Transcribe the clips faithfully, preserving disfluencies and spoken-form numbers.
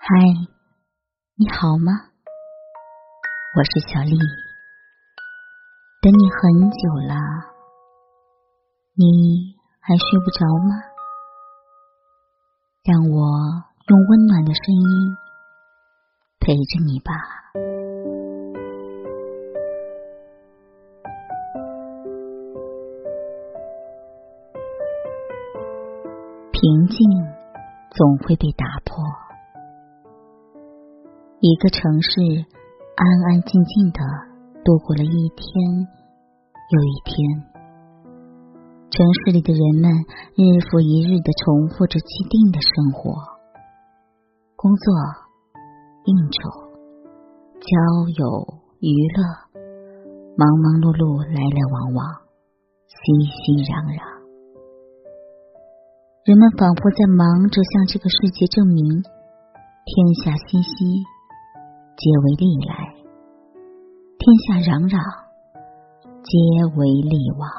嗨，你好吗？我是小丽，等你很久了，你还睡不着吗？让我用温暖的声音陪着你吧。平静总会被打破，一个城市安安静静地度过了一天又一天，城市里的人们日复一日地重复着既定的生活，工作、应酬、交友、娱乐，忙忙碌碌，来来往往，熙熙攘攘。人们仿佛在忙着向这个世界证明天下熙熙，皆为利来，天下攘攘，皆为利往。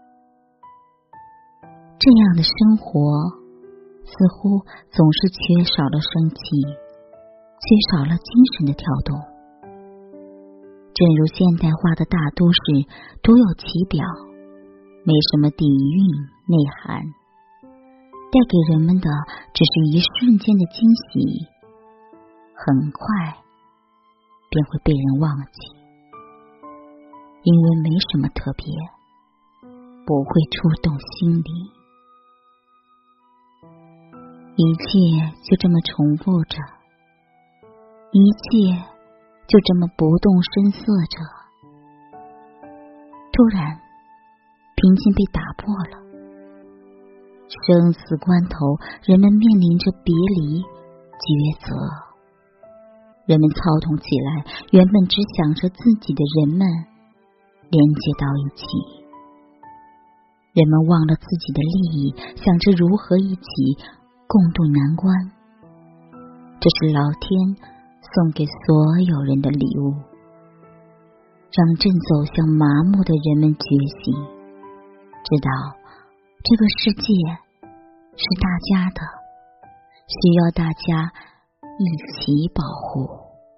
这样的生活似乎总是缺少了生气，缺少了精神的跳动。正如现代化的大都市多有其表，没什么底蕴内涵，带给人们的只是一瞬间的惊喜，很快便会被人忘记，因为没什么特别，不会触动心灵。一切就这么重复着，一切就这么不动声色着。突然，平静被打破了。生死关头，人们面临着别离、抉择。人们操动起来，原本只想着自己的人们连接到一起。人们忘了自己的利益，想着如何一起共度难关。这是老天送给所有人的礼物，让正走向麻木的人们觉醒，知道这个世界是大家的，需要大家一起保护。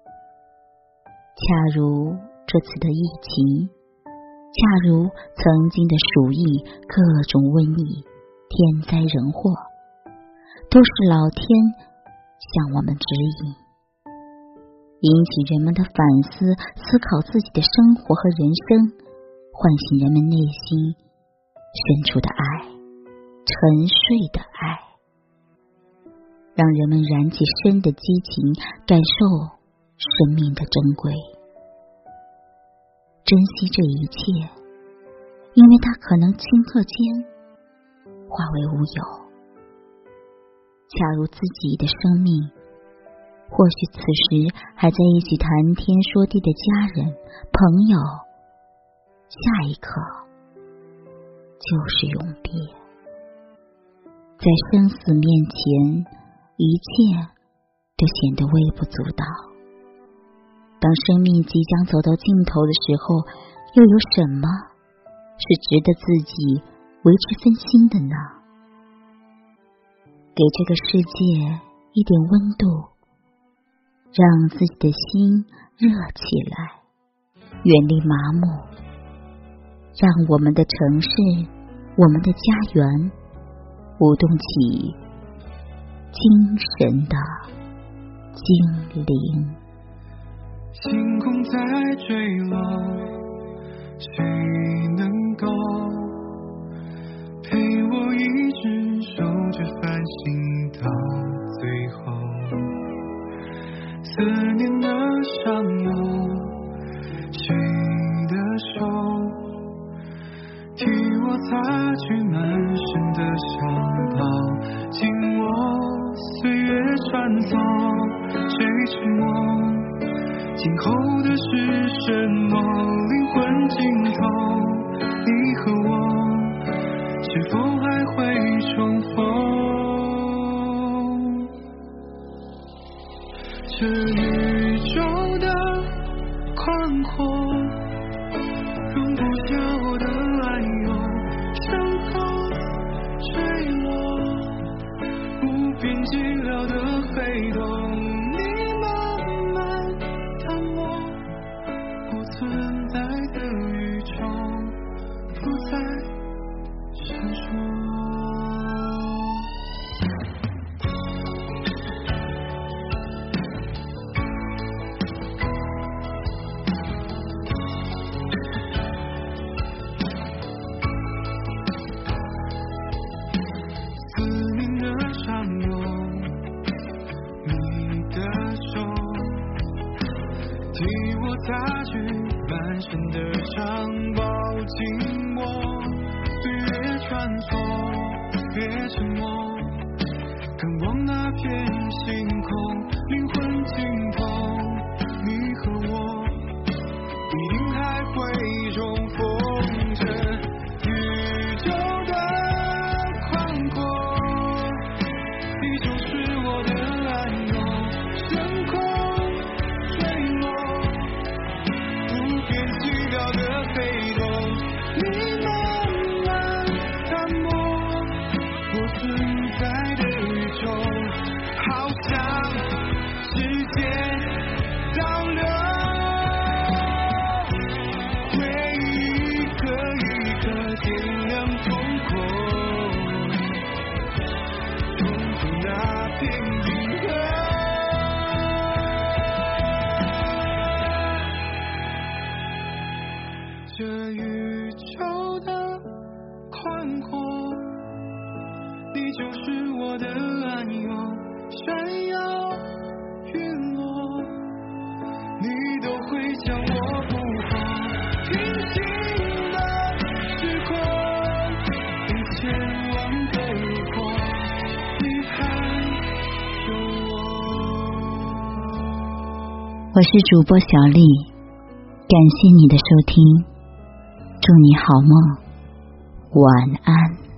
恰如这次的疫情，恰如曾经的鼠疫，各种瘟疫、天灾人祸，都是老天向我们指引，引起人们的反思，思考自己的生活和人生，唤醒人们内心深处的爱，沉睡的爱，让人们燃起深的激情，感受生命的珍贵，珍惜这一切，因为它可能顷刻间化为乌有。恰如自己的生命，或许此时还在一起谈天说地的家人朋友，下一刻就是永别。在生死面前，一切都显得微不足道。当生命即将走到尽头的时候，又有什么是值得自己为之分心的呢？给这个世界一点温度，让自己的心热起来，远离麻木，让我们的城市，我们的家园舞动起精神的精灵。 星空在坠落，谁能够陪我一直守着繁星到最后？思念的上游，谁的手替我擦去满身的伤疤？紧握岁月穿梭，谁承诺今后的是什么？灵魂尽头，你和我是否还会重逢？这宇宙的宽阔，容不下我的暗涌，像风坠落无边寂寥的黑洞。你静默，岁月穿梭，别沉默，看望那片星空，灵魂尽头，你和我一定还会重逢着宇宙的宽阔，你就是我的暗涌，升空坠落，不变起调的飞动，你慢慢淡漠我存在的宇宙，好像时间倒流，回忆一颗一颗点亮瞳孔，冲出那片银河，这宇宙的宽阔，你就是我的暗涌，闪耀陨落，你都会将我捕获，平行的时空，一千万个路口，你还有我。 我是主播小丽，感谢你的收听，祝你好梦，晚安。